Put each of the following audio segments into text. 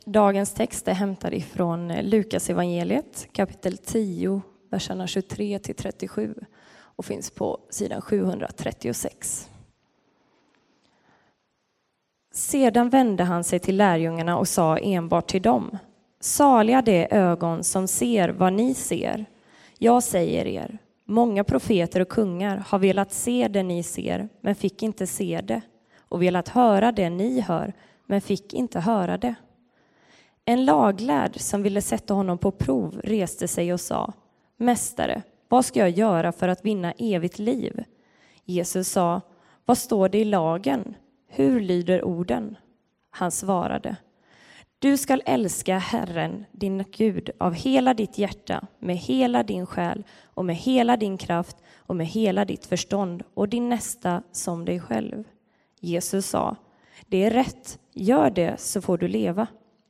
Dagens text är hämtad ifrån Lukas evangeliet, kapitel 10, verserna 23-37 och finns på sidan 736. Sedan vände han sig till lärjungarna och sa enbart till dem: Saliga de ögon som ser vad ni ser. Jag säger er, många profeter och kungar har velat se det ni ser, men fick inte se det, och velat höra det ni hör, men fick inte höra det. En laglärd som ville sätta honom på prov reste sig och sa: Mästare, vad ska jag göra för att vinna evigt liv? Jesus sa: Vad står det i lagen? Hur lyder orden? Han svarade: Du skall älska Herren, din Gud, av hela ditt hjärta, med hela din själ och med hela din kraft och med hela ditt förstånd, och din nästa som dig själv. Jesus sa: Det är rätt, gör det så får du leva.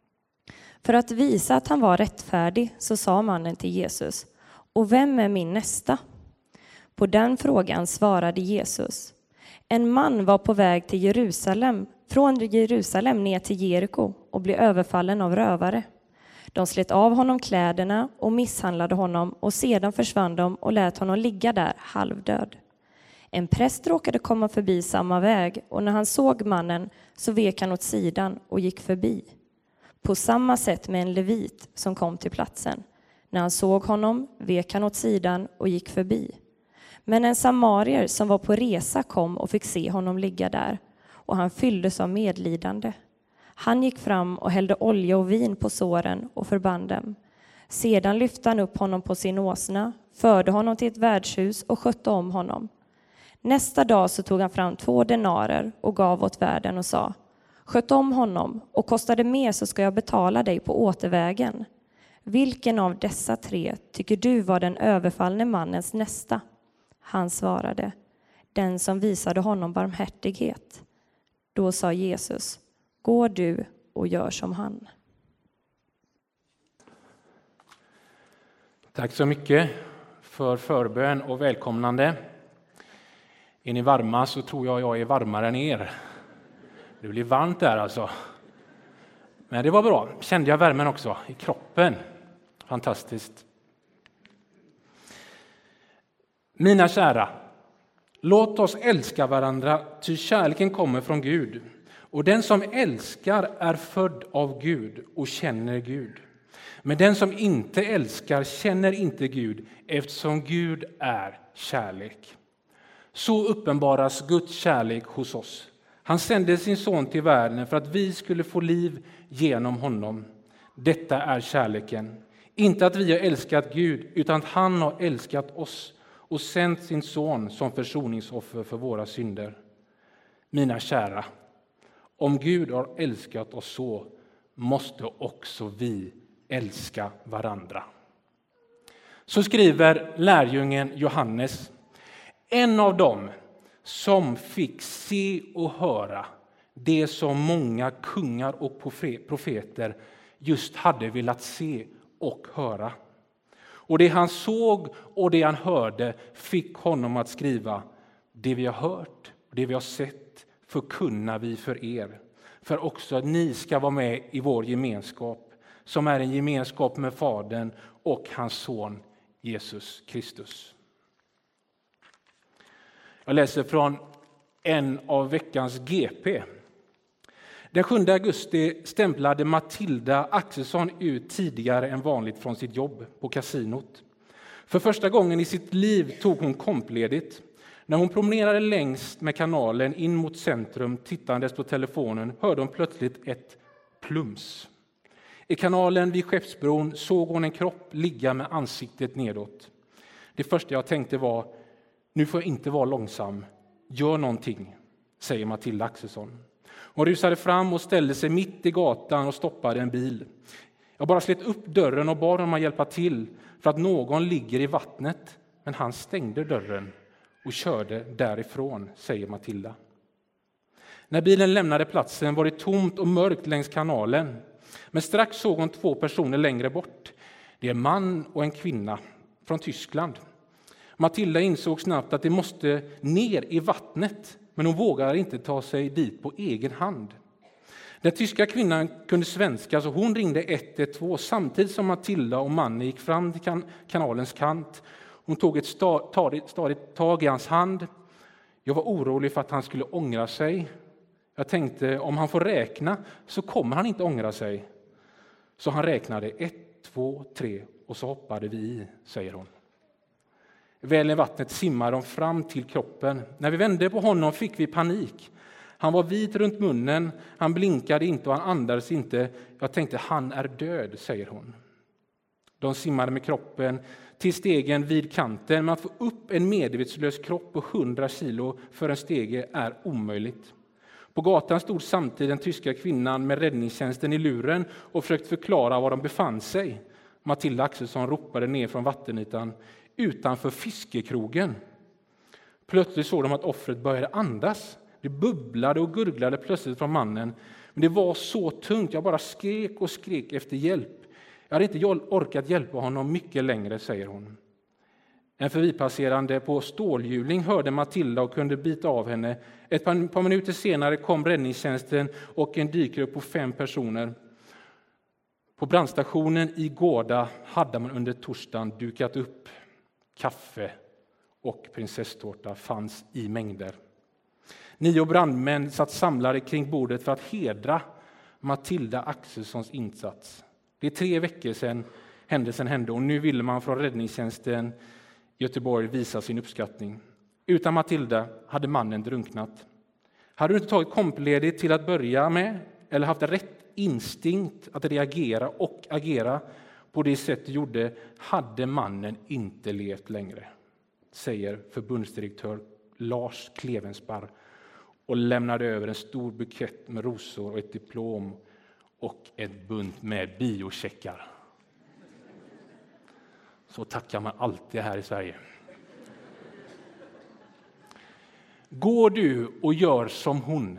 För att visa att han var rättfärdig så sa mannen till Jesus: Och vem är min nästa? På den frågan svarade Jesus: En man var på väg till från Jerusalem ner till Jeriko och blev överfallen av rövare. De slet av honom kläderna och misshandlade honom, och sedan försvann de och lät honom ligga där halvdöd. En präst råkade komma förbi samma väg, och när han såg mannen så vek han åt sidan och gick förbi. På samma sätt med en levit som kom till platsen. När han såg honom vek han åt sidan och gick förbi. Men en samarier som var på resa kom och fick se honom ligga där, och han fylldes av medlidande. Han gick fram och hällde olja och vin på såren och förband dem. Sedan lyfte han upp honom på sin åsna, förde honom till ett värdshus och skötte om honom. Nästa dag så tog han fram 2 denarer och gav åt värden och sa: Sköt om honom, och kostar det mer så ska jag betala dig på återvägen. Vilken av dessa 3 tycker du var den överfallne mannens nästa? Han svarade: Den som visade honom barmhärtighet. Då sa Jesus: Gå du och gör som han. Tack så mycket för förbön och välkomnande. Är ni varma så tror jag är varmare än er. Det blir varmt där alltså. Men det var bra. Kände jag värmen också i kroppen. Fantastiskt. Mina kära, låt oss älska varandra, ty kärleken kommer från Gud. Och den som älskar är född av Gud och känner Gud. Men den som inte älskar känner inte Gud, eftersom Gud är kärlek. Så uppenbaras Guds kärlek hos oss. Han sände sin son till världen för att vi skulle få liv genom honom. Detta är kärleken. Inte att vi har älskat Gud, utan att han har älskat oss och sänt sin son som försoningsoffer för våra synder. Mina kära, om Gud har älskat oss så, måste också vi älska varandra. Så skriver lärjungen Johannes, en av dem som fick se och höra det som många kungar och profeter just hade velat se och höra. Och det han såg och det han hörde fick honom att skriva: det vi har hört, det vi har sett förkunnar vi för er. För också att ni ska vara med i vår gemenskap, som är en gemenskap med Fadern och hans son Jesus Kristus. Jag läser från en av veckans GP. Den 7 augusti stämplade Matilda Axelsson ut tidigare än vanligt från sitt jobb på kasinot. För första gången i sitt liv tog hon kompledigt. När hon promenerade längs med kanalen in mot centrum tittandes på telefonen hörde hon plötsligt ett plums. I kanalen vid Skeppsbron såg hon en kropp ligga med ansiktet nedåt. Det första jag tänkte var: nu får jag inte vara långsam. Gör någonting, säger Matilda Axelsson. Hon rusade fram och ställde sig mitt i gatan och stoppade en bil. Jag bara slet upp dörren och bad om att hjälpa till för att någon ligger i vattnet. Men han stängde dörren och körde därifrån, säger Matilda. När bilen lämnade platsen var det tomt och mörkt längs kanalen. Men strax såg hon 2 personer längre bort. Det är en man och en kvinna från Tyskland. Matilda insåg snabbt att det måste ner i vattnet, men hon vågade inte ta sig dit på egen hand. Den tyska kvinnan kunde svenska, så hon ringde 112 samtidigt som Matilda och mannen gick fram till kanalens kant. Hon tog ett stadigt tag i hans hand. Jag var orolig för att han skulle ångra sig. Jag tänkte, om han får räkna så kommer han inte ångra sig. Så han räknade 1, 2, 3 och så hoppade vi i, säger hon. Väl i vattnet simmade de fram till kroppen. När vi vände på honom fick vi panik. Han var vit runt munnen, han blinkade inte och han andades inte. Jag tänkte, han är död, säger hon. De simmade med kroppen till stegen vid kanten, men att få upp en medvetslös kropp på 100 kilo för en stege är omöjligt. På gatan stod samtidigt den tyska kvinnan med räddningstjänsten i luren och försökte förklara var de befann sig. Matilda Axelsson ropade ner från vattenytan, utanför fiskekrogen. Plötsligt såg de att offret började andas. Det bubblade och gurglade plötsligt från mannen. Men det var så tungt, jag bara skrek och skrek efter hjälp. Jag hade inte orkat hjälpa honom mycket längre, säger hon. En förbipasserande på stålhjuling hörde Matilda och kunde bita av henne. Ett par minuter senare kom räddningstjänsten och en dykgrupp på 5 personer. På brandstationen i Gårda hade man under torsdagen dukat upp. Kaffe och prinsesstårta fanns i mängder. 9 brandmän satt samlade kring bordet för att hedra Matilda Axelssons insats. Det är 3 veckor sedan händelsen hände och nu ville man från räddningstjänsten i Göteborg visa sin uppskattning. Utan Matilda hade mannen drunknat. Hade du inte tagit kompledigt till att börja med eller haft rätt instinkt att reagera och agera på det sätt du gjorde hade mannen inte levt längre, säger förbundsdirektör Lars Klevensparr och lämnade över en stor bukett med rosor och ett diplom och ett bunt med biocheckar. Så tackar man alltid här i Sverige. Går du och gör som hon?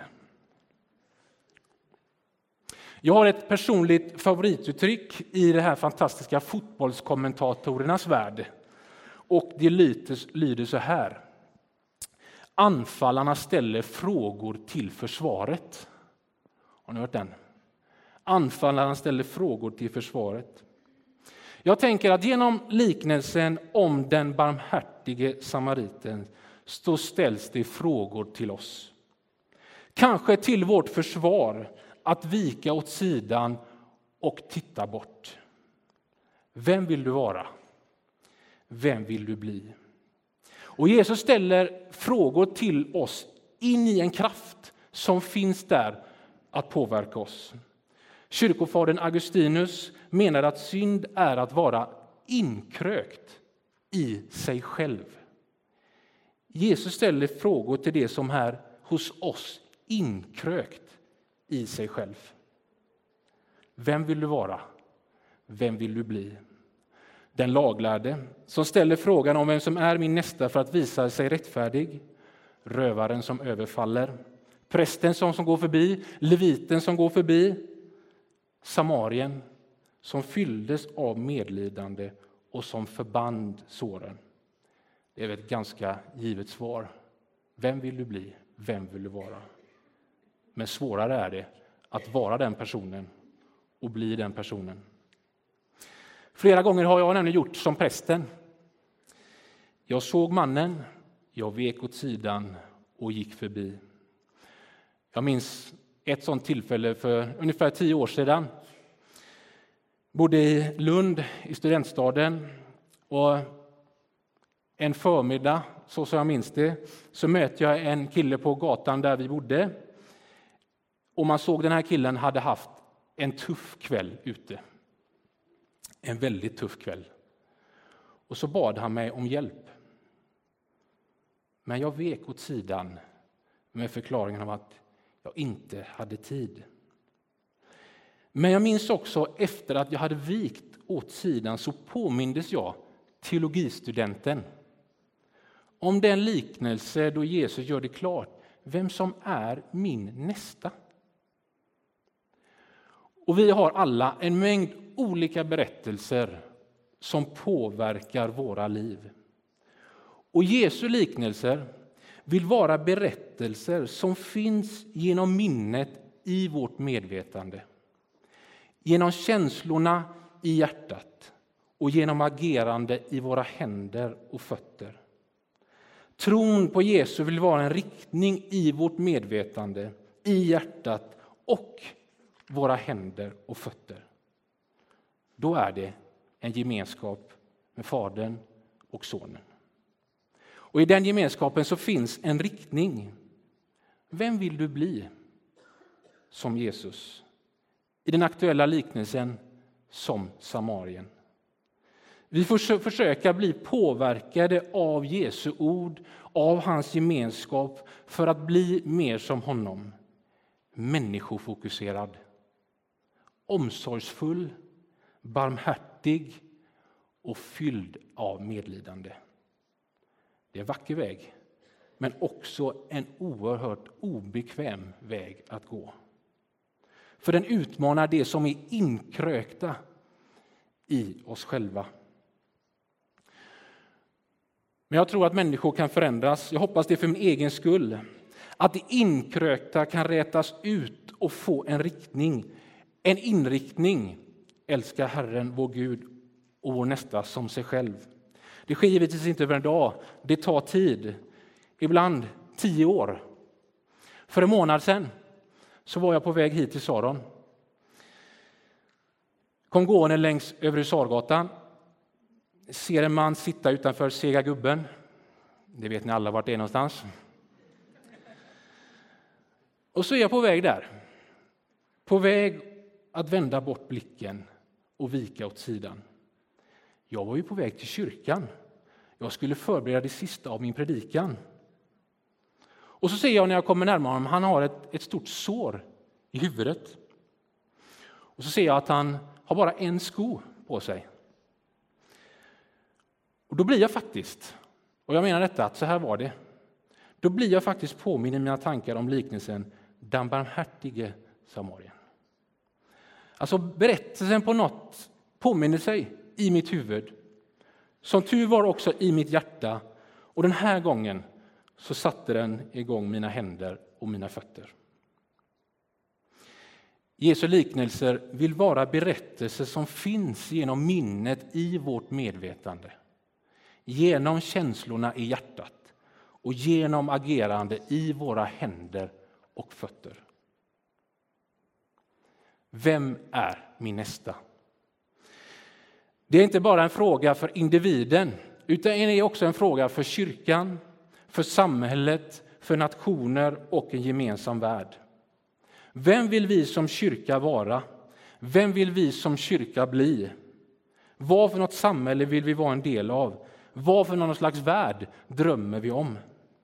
Jag har ett personligt favorituttryck i det här fantastiska fotbollskommentatorernas värld. Och det lyder så här. Anfallarna ställer frågor till försvaret. Har ni hört den? Anfallarna ställer frågor till försvaret. Jag tänker att genom liknelsen om den barmhärtige samariten så ställs det frågor till oss. Kanske till vårt försvar att vika åt sidan och titta bort. Vem vill du vara? Vem vill du bli? Och Jesus ställer frågor till oss in i en kraft som finns där att påverka oss. Kyrkofadern Augustinus menar att synd är att vara inkrökt i sig själv. Jesus ställer frågor till det som är hos oss inkrökt i sig själv. Vem vill du vara? Vem vill du bli? Den laglärde som ställer frågan om vem som är min nästa för att visa sig rättfärdig. Rövaren som överfaller. Prästen som går förbi. Leviten som går förbi. Samarien som fylldes av medlidande och som förband såren. Det är ett ganska givet svar. Vem vill du bli? Vem vill du vara? Men svårare är det att vara den personen och bli den personen. Flera gånger har jag nämligen gjort som prästen. Jag såg mannen, jag vek åt sidan och gick förbi. Jag minns ett sådant tillfälle för ungefär 10 år sedan. Bodde i Lund, i studentstaden. Och en förmiddag, så som jag minns det, så möter jag en kille på gatan där vi bodde. Och man såg den här killen hade haft en tuff kväll ute. En väldigt tuff kväll. Och så bad han mig om hjälp. Men jag vek åt sidan med förklaringen om att jag inte hade tid. Men jag minns också efter att jag hade vikt åt sidan så påmindes jag teologistudenten om den liknelse då Jesus gör det klart vem som är min nästa. Och vi har alla en mängd olika berättelser som påverkar våra liv. Och Jesu liknelser vill vara berättelser som finns genom minnet i vårt medvetande, genom känslorna i hjärtat och genom agerande i våra händer och fötter. Tron på Jesus vill vara en riktning i vårt medvetande, i hjärtat och våra händer och fötter. Då är det en gemenskap med Fadern och Sonen. Och i den gemenskapen så finns en riktning. Vem vill du bli som Jesus? I den aktuella liknelsen som samarien. Vi får försöka bli påverkade av Jesu ord, av hans gemenskap för att bli mer som honom. Människofokuserad, omsorgsfull, barmhärtig och fylld av medlidande. Det är en vacker väg, men också en oerhört obekväm väg att gå. För den utmanar det som är inkrökta i oss själva. Men jag tror att människor kan förändras. Jag hoppas det för min egen skull. Att det inkrökta kan rätas ut och få en riktning. En inriktning. Älska Herren, vår Gud och vår nästa som sig själv. Det sker givetvis inte över en dag. Det tar tid. Ibland 10 år. För en månad sedan så var jag på väg hit till Saron. Kom gående längs över Husargatan. Ser en man sitta utanför Sega Gubben. Det vet ni alla vart det är någonstans. Och så är jag på väg där. På väg att vända bort blicken och vika åt sidan. Jag var ju på väg till kyrkan. Jag skulle förbereda det sista av min predikan. Och så ser jag när jag kommer närmare honom, han har ett stort sår i huvudet. Och så ser jag att han har bara en sko på sig. Och då blir jag faktiskt, och jag menar detta att så här var det. Då blir jag faktiskt påminn i mina tankar om liknelsen den barmhärtige samarien. Alltså berättelsen på något påminner sig i mitt huvud. Som tur var också i mitt hjärta. Och den här gången så satte den igång mina händer och mina fötter. Jesu liknelser vill vara berättelser som finns genom minnet i vårt medvetande. Genom känslorna i hjärtat och genom agerande i våra händer och fötter. Vem är min nästa? Det är inte bara en fråga för individen, utan det är också en fråga för kyrkan, för samhället, för nationer och en gemensam värld. Vem vill vi som kyrka vara? Vem vill vi som kyrka bli? Vad för något samhälle vill vi vara en del av? Vad för någon slags värld drömmer vi om?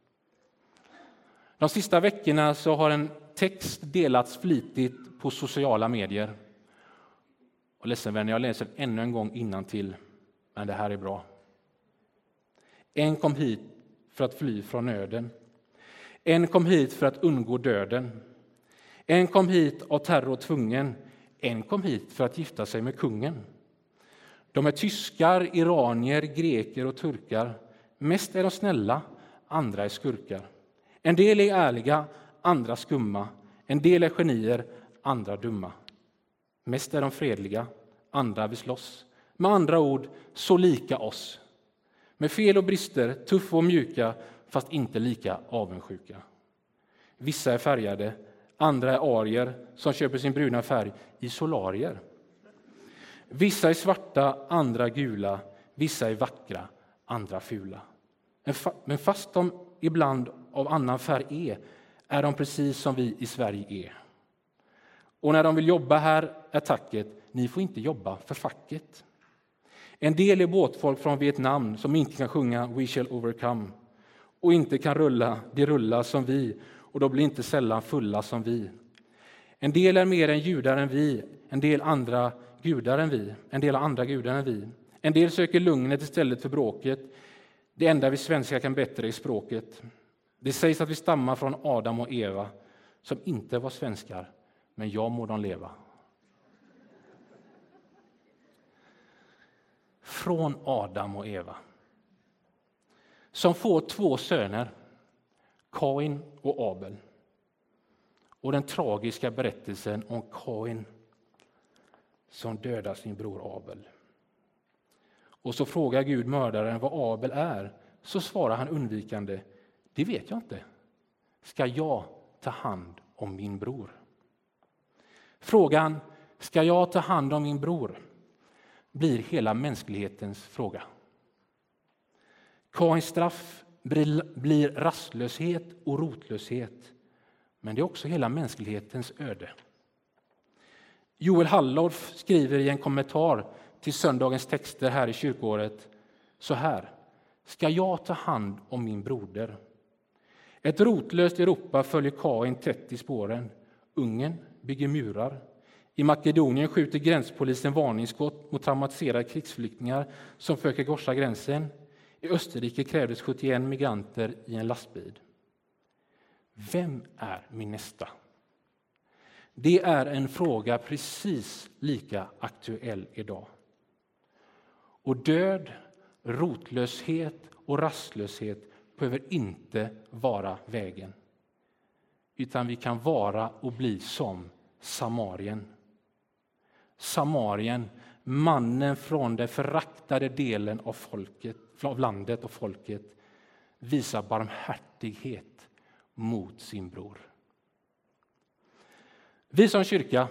De sista veckorna så har en text delats flitigt på sociala medier. Och ledsen vänner, jag läser ännu en gång innantill, men det här är bra. En kom hit för att fly från nöden. En kom hit för att undgå döden. En kom hit av terror tvungen. En kom hit för att gifta sig med kungen. De är tyskar, iranier, greker och turkar. Mest är de snälla, andra är skurkar. En del är ärliga, andra skumma. En del är genier, andra dumma. Mest är de fredliga, andra vill slåss. Med andra ord, så lika oss. Med fel och brister, tuffa och mjuka, fast inte lika avundsjuka. Vissa är färgade, andra är arier som köper sin bruna färg i solarier. Vissa är svarta, andra gula. Vissa är vackra, andra fula. Men fast de ibland av annan färg är de precis som vi i Sverige är. Och när de vill jobba här är tacket, ni får inte jobba för facket. En del är båtfolk från Vietnam som inte kan sjunga We shall overcome. Och inte kan rulla som vi. Och då blir inte sällan fulla som vi. En del är mer än judar än vi. En del andra gudar än vi. En del andra gudar än vi. En del söker lugnet istället för bråket. Det enda vi svenskar kan bättre är språket. Det sägs att vi stammar från Adam och Eva som inte var svenskar, men jag må de leva. Från Adam och Eva. Som får 2 söner, Kain och Abel. och den tragiska berättelsen om Kain som dödar sin bror Abel. Och så frågar Gud mördaren vad Abel är. Så svarar han undvikande: det vet jag inte. Ska jag ta hand om min bror? Frågan, ska jag ta hand om min bror, blir hela mänsklighetens fråga. Kains straff blir rastlöshet och rotlöshet. Men det är också hela mänsklighetens öde. Joel Halldorf skriver i en kommentar till söndagens texter här i kyrkåret så här: ska jag ta hand om min broder? Ett rotlöst Europa följer Kain tätt i spåren. Ungern bygger murar. I Makedonien skjuter gränspolisen varningsskott mot traumatiserade krigsflyktingar som försöker korsa gränsen. I Österrike krävdes 71 migranter i en lastbil. Vem är min nästa? Det är en fråga precis lika aktuell idag. Och död, rotlöshet och rastlöshet behöver inte vara vägen. Utan vi kan vara och bli som Samarien. Samarien, mannen från den föraktade delen av landet och folket, visar barmhärtighet mot sin bror. Vi som kyrka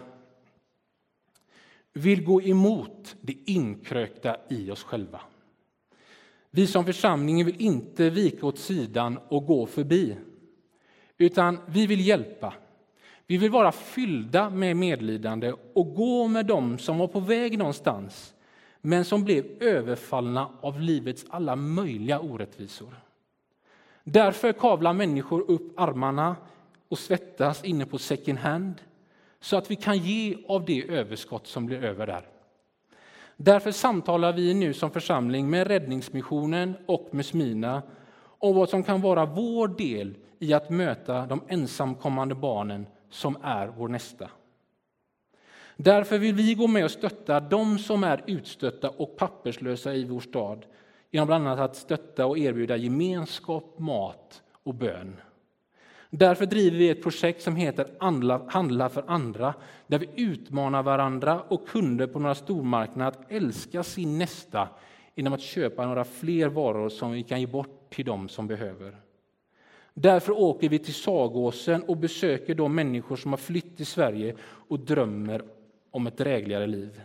vill gå emot det inkrökta i oss själva. Vi som församling vill inte vika åt sidan och gå förbi, utan vi vill hjälpa. Vi vill vara fyllda med medlidande och gå med dem som var på väg någonstans, men som blev överfallna av livets alla möjliga orättvisor. Därför kavlar människor upp armarna och svettas inne på second hand, så att vi kan ge av det överskott som blir över där. Därför samtalar vi nu som församling med Räddningsmissionen och med Smina om vad som kan vara vår del i att möta de ensamkommande barnen som är vår nästa. Därför vill vi gå med och stötta de som är utstötta och papperslösa i vår stad genom bland annat att stötta och erbjuda gemenskap, mat och bön. Därför driver vi ett projekt som heter Handla för andra, där vi utmanar varandra och kunder på några stormarknader att älska sin nästa genom att köpa några fler varor som vi kan ge bort till dem som behöver. Därför åker vi till Sagåsen och besöker de människor som har flytt till Sverige och drömmer om ett drägligare liv.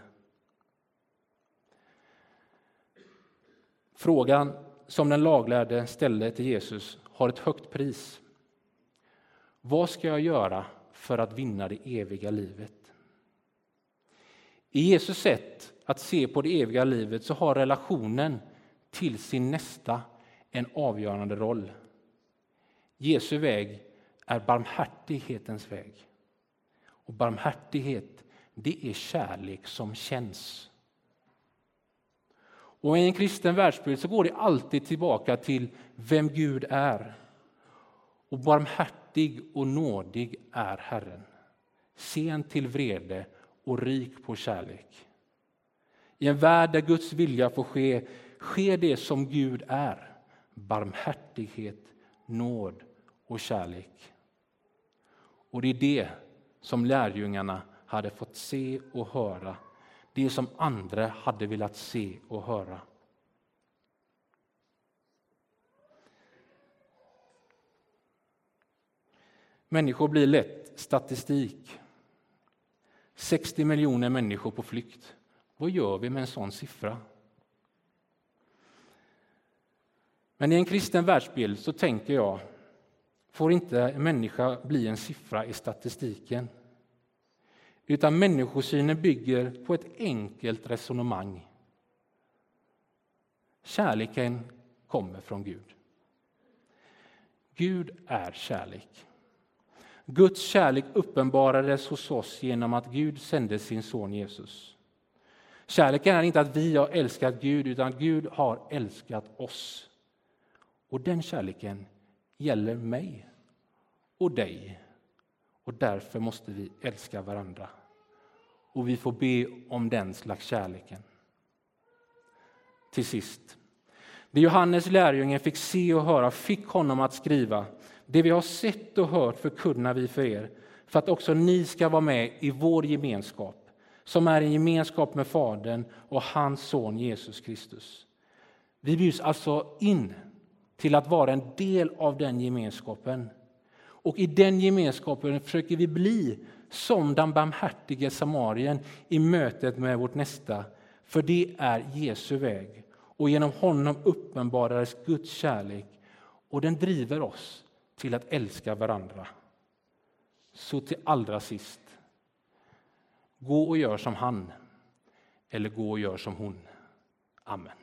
Frågan som den laglärde ställde till Jesus har ett högt pris. Vad ska jag göra för att vinna det eviga livet? I Jesus sätt att se på det eviga livet så har relationen till sin nästa en avgörande roll. Jesu väg är barmhärtighetens väg. Och barmhärtighet, det är kärlek som känns. Och i en kristen världsbild så går det alltid tillbaka till vem Gud är. Och barmhärtig och nådig är Herren. Sen till vrede och rik på kärlek. I en värld där Guds vilja får ske, sker det som Gud är. Barmhärtighet, nåd och kärlek. Och det är det som lärjungarna hade fått se och höra. Det som andra hade velat se och höra. Människor blir lätt statistik. 60 miljoner människor på flykt. Vad gör vi med en sån siffra? Men i en kristen världsbild så tänker jag, får inte en människa bli en siffra i statistiken. Utan människosynen bygger på ett enkelt resonemang. Kärleken kommer från Gud. Gud är kärlek. Guds kärlek uppenbarades hos oss genom att Gud sände sin son Jesus. Kärleken är inte att vi har älskat Gud, utan Gud har älskat oss. Och den kärleken gäller mig och dig. Och därför måste vi älska varandra. Och vi får be om den slags kärleken. Till sist. Det Johannes lärjungen fick se och höra fick honom att skriva: det vi har sett och hört förkunnar vi för er, för att också ni ska vara med i vår gemenskap, som är en gemenskap med Fadern och hans son Jesus Kristus. Vi bjuds alltså in till att vara en del av den gemenskapen. Och i den gemenskapen försöker vi bli som den barmhärtige samarien i mötet med vårt nästa. För det är Jesu väg. Och genom honom uppenbarades Guds kärlek. Och den driver oss till att älska varandra. Så till allra sist. Gå och gör som han. Eller gå och gör som hon. Amen.